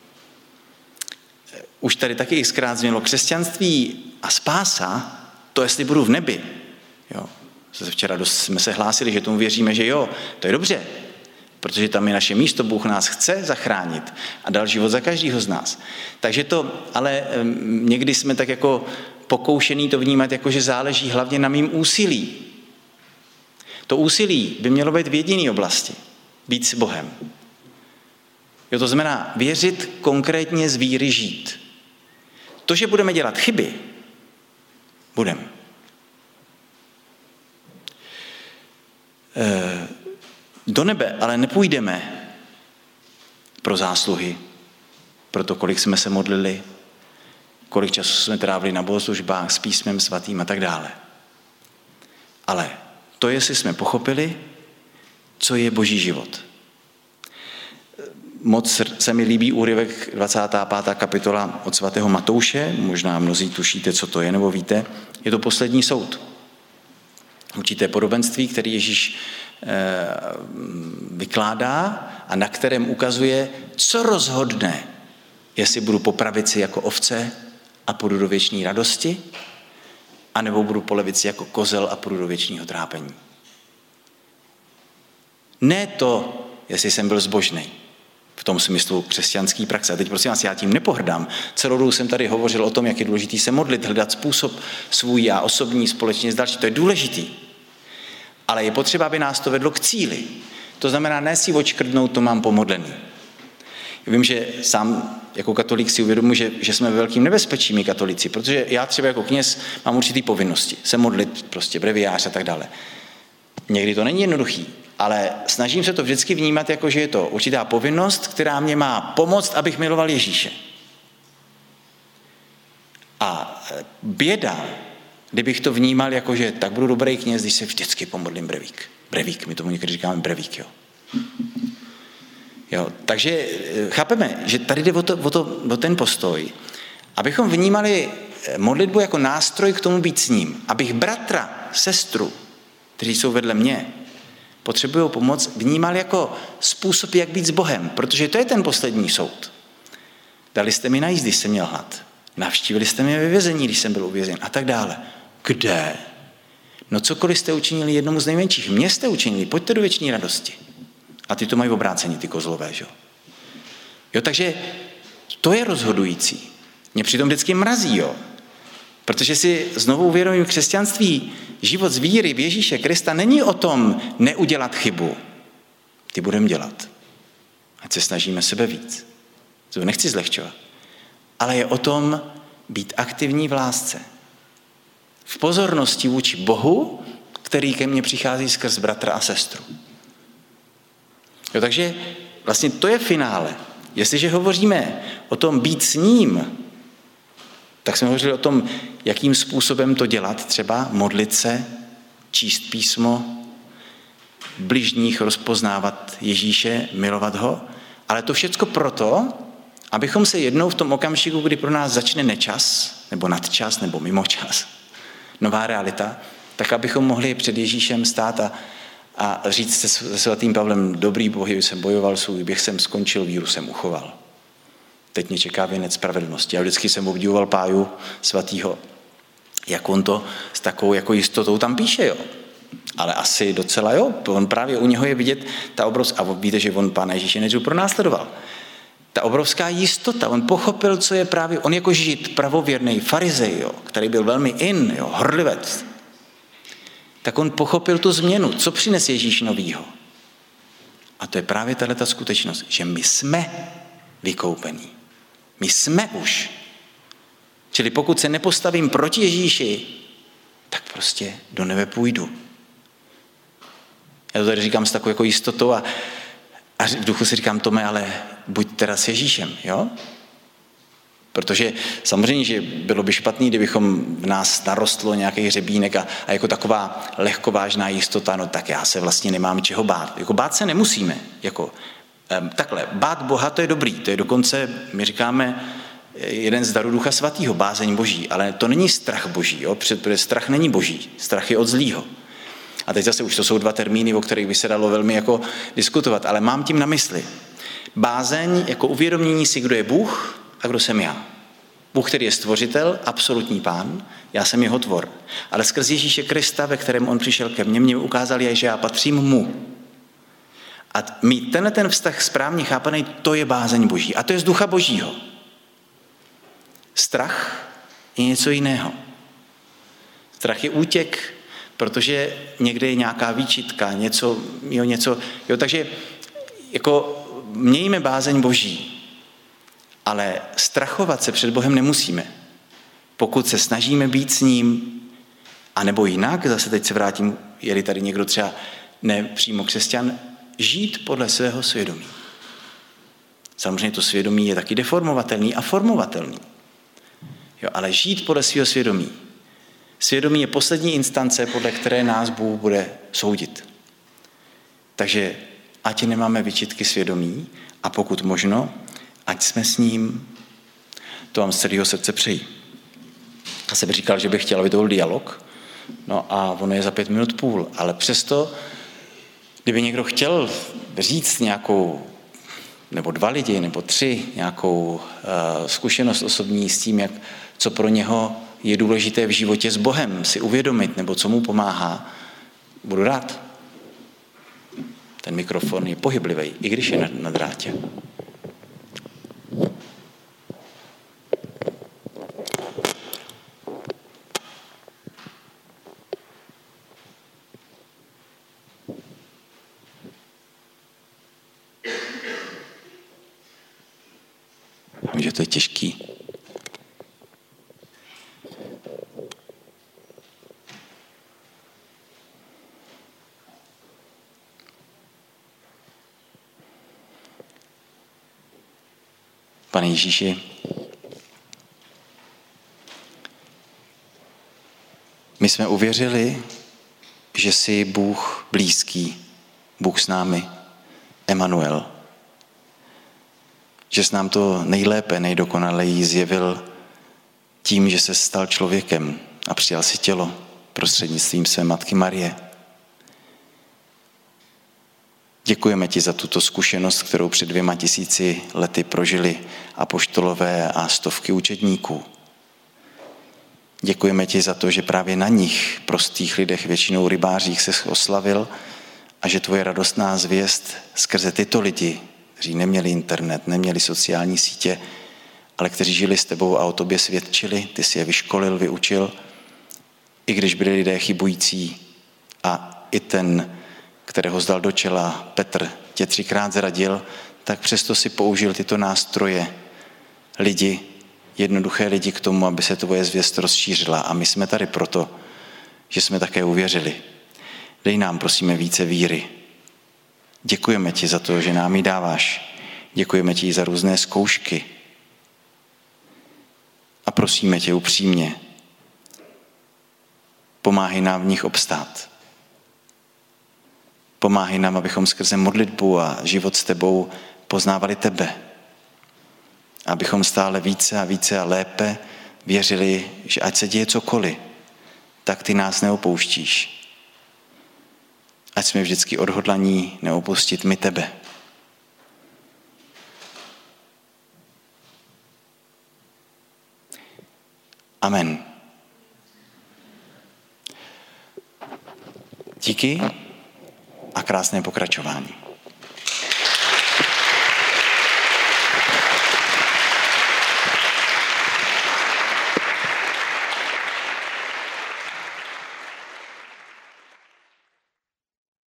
Už tady taky xkrát změnilo křesťanství a spása, to jestli budu v nebi. Jo. Včera jsme se hlásili, že tomu věříme, že jo, to je dobře, protože tam je naše místo, Bůh nás chce zachránit a dal život za každého z nás. Takže to, ale někdy jsme tak jako pokoušený to vnímat, jako že záleží hlavně na mým úsilí. To úsilí by mělo být v jediné oblasti, být s Bohem. Jo, to znamená věřit, konkrétně z víry žít. To, že budeme dělat chyby, budeme. Do nebe ale nepůjdeme pro zásluhy, pro to, kolik jsme se modlili, kolik času jsme trávili na bohoslužbách s písmem svatým a tak dále. Ale to, jestli jsme pochopili, co je boží život. Moc se mi líbí úryvek 25. kapitola od svatého Matouše, možná mnozí tušíte, co to je, nebo víte, je to poslední soud. Určité podobenství, který Ježíš vykládá a na kterém ukazuje, co rozhodne, jestli budu po pravici jako ovce a půjdu do věčné radosti, anebo budu po levici jako kozel a půjdu do věčného trápení. Ne to, jestli jsem byl zbožný. V tom smyslu křesťanský praxe. A teď prosím vás, já tím nepohrdám. Celou dobu jsem tady hovořil o tom, jak je důležitý se modlit, hledat způsob svůj já osobní společně s další. To je důležitý. Ale je potřeba, aby nás to vedlo k cíli. To znamená, ne si odškrtnout, to mám pomodlený. Vím, že sám jako katolík si uvědomuji, že jsme ve velkým nebezpečí my katolíci, protože já třeba jako kněz mám určitý povinnosti. Se modlit, prostě breviář a tak dále. Někdy to není jednoduchý, ale snažím se to vždycky vnímat jako, že je to určitá povinnost, která mě má pomoct, abych miloval Ježíše. A běda, kdybych to vnímal jako, že tak budu dobrý kněz, když se vždycky pomodlím brevík. Brevík, my tomu někdy říkáme brevík, jo. Jo, takže chápeme, že tady jde o ten postoj, abychom vnímali modlitbu jako nástroj k tomu být s ním. Abych bratra, sestru, kteří jsou vedle mě, potřebují pomoc, vnímal jako způsob, jak být s Bohem, protože to je ten poslední soud. Dali jste mi najíst, když jsem měl hlad. Navštívili jste mě ve vězení, když jsem byl uvězněn a tak dále. Kde? No cokoliv jste učinili jednomu z nejmenších, mě jste učinili, pojďte do věčné radosti. A ty to mají obrácení, ty kozlové, že jo? Takže to je rozhodující. Mě přitom vždycky mrazí, jo? Protože si znovu uvědomím křesťanství, život z víry v Ježíše Krista není o tom neudělat chybu. Ty budeme dělat. Ať se snažíme sebe víc. To nechci zlehčovat. Ale je o tom být aktivní v lásce. V pozornosti vůči Bohu, který ke mně přichází skrz bratra a sestru. Jo, takže vlastně to je finále. Jestliže hovoříme o tom být s ním, tak jsme hovořili o tom, jakým způsobem to dělat, třeba modlit se, číst písmo, bližních rozpoznávat Ježíše, milovat ho, ale to všecko proto, abychom se jednou v tom okamžiku, kdy pro nás začne nečas, nebo nadčas, nebo mimočas, nová realita, tak abychom mohli před Ježíšem stát a říct se svatým Pavlem, dobrý bohy, jsem bojoval, svůj běh jsem skončil, víru jsem uchoval. Teď mě čeká věnec spravedlnosti. Já vždycky jsem obdivoval Páju svatýho, jak on to s takovou jako jistotou tam píše, jo. Ale asi docela jo, on právě u něho je vidět ta obrovská, a víte, že on Pána Ježíše nejdřív pronásledoval. Ta obrovská jistota, on pochopil, co je právě, on jako žid, pravověrný farizej, jo, který byl velmi horlivec, tak on pochopil tu změnu, co přinese Ježíš novýho. A to je právě tato skutečnost, že my jsme vykoupení. My jsme už. Čili pokud se nepostavím proti Ježíši, tak prostě do nebe půjdu. Já to tady říkám s takovou jako jistotou a v duchu si říkám, Tome, ale buď teda s Ježíšem, jo? Protože samozřejmě, že bylo by špatný, kdybychom v nás narostlo nějaký hřebínek a jako taková lehkovážná jistota, no tak já se vlastně nemám čeho bát. Jako bát se nemusíme. Takhle, bát Boha, to je dobrý, to je dokonce, my říkáme, jeden z darů Ducha Svatého, bázeň Boží, ale to není strach Boží, jo? Protože strach není Boží, strach je od zlýho. A teď zase už to jsou dva termíny, o kterých by se dalo velmi jako diskutovat, ale mám tím na mysli. Bázeň jako uvědomění si, kdo je Bůh a kdo jsem já. Bůh, který je stvořitel, absolutní pán, já jsem jeho tvor. Ale skrz Ježíše Krista, ve kterém on přišel ke mně, mě ukázal, že já patřím mu. A mít ten vztah správně chápaný, to je bázeň Boží. A to je z Ducha Božího. Strach je něco jiného. Strach je útěk, protože někde je nějaká výčitka, něco. Takže jako mějme bázeň Boží, ale strachovat se před Bohem nemusíme. Pokud se snažíme být s ním, anebo jinak, zase teď se vrátím, je tady někdo třeba nepřímo křesťan, žít podle svého svědomí. Samozřejmě to svědomí je taky deformovatelný a formovatelný. Jo, ale žít podle svého svědomí. Svědomí je poslední instance, podle které nás Bůh bude soudit. Takže ať nemáme vyčitky svědomí a pokud možno, ať jsme s ním, to vám z celého srdce přeji. Já jsem říkal, že bych chtěl, aby to byl dialog, no a ono je za 5 minut půl, ale přesto, kdyby někdo chtěl říct nějakou, nebo 2 lidi, nebo 3, nějakou zkušenost osobní s tím, co pro něho je důležité v životě s Bohem, si uvědomit, nebo co mu pomáhá, budu rád. Ten mikrofon je pohyblivý, i když je na drátě. Vím, že to je těžký. Pane Ježíši, my jsme uvěřili, že jsi Bůh blízký, Bůh s námi, Emanuel. Že jsi nám to nejlépe, nejdokonaleji zjevil tím, že se stal člověkem a přijal si tělo prostřednictvím své matky Marie. Děkujeme ti za tuto zkušenost, kterou před 2000 lety prožili apoštolové a stovky učedníků. Děkujeme ti za to, že právě na nich, prostých lidech, většinou rybářích, se oslavil a že tvoje radostná zvěst skrze tyto lidi, kteří neměli internet, neměli sociální sítě, ale kteří žili s tebou a o tobě svědčili, ty jsi je vyškolil, vyučil, i když byli lidé chybující a i ten, kterého zdal do čela, Petr, tě 3krát zradil, tak přesto si použil tyto nástroje, lidi, jednoduché lidi k tomu, aby se tvoje zvěst rozšířila. A my jsme tady proto, že jsme také uvěřili. Dej nám, prosíme, více víry. Děkujeme ti za to, že nám ji dáváš. Děkujeme ti za různé zkoušky. A prosíme tě upřímně, pomáhej nám v nich obstát. Pomáhej nám, abychom skrze modlitbu a život s tebou poznávali tebe. Abychom stále více a více a lépe věřili, že ať se děje cokoliv, tak ty nás neopouštíš. Ať jsme vždycky odhodlaní neopustit my tebe. Amen. Díky a krásné pokračování.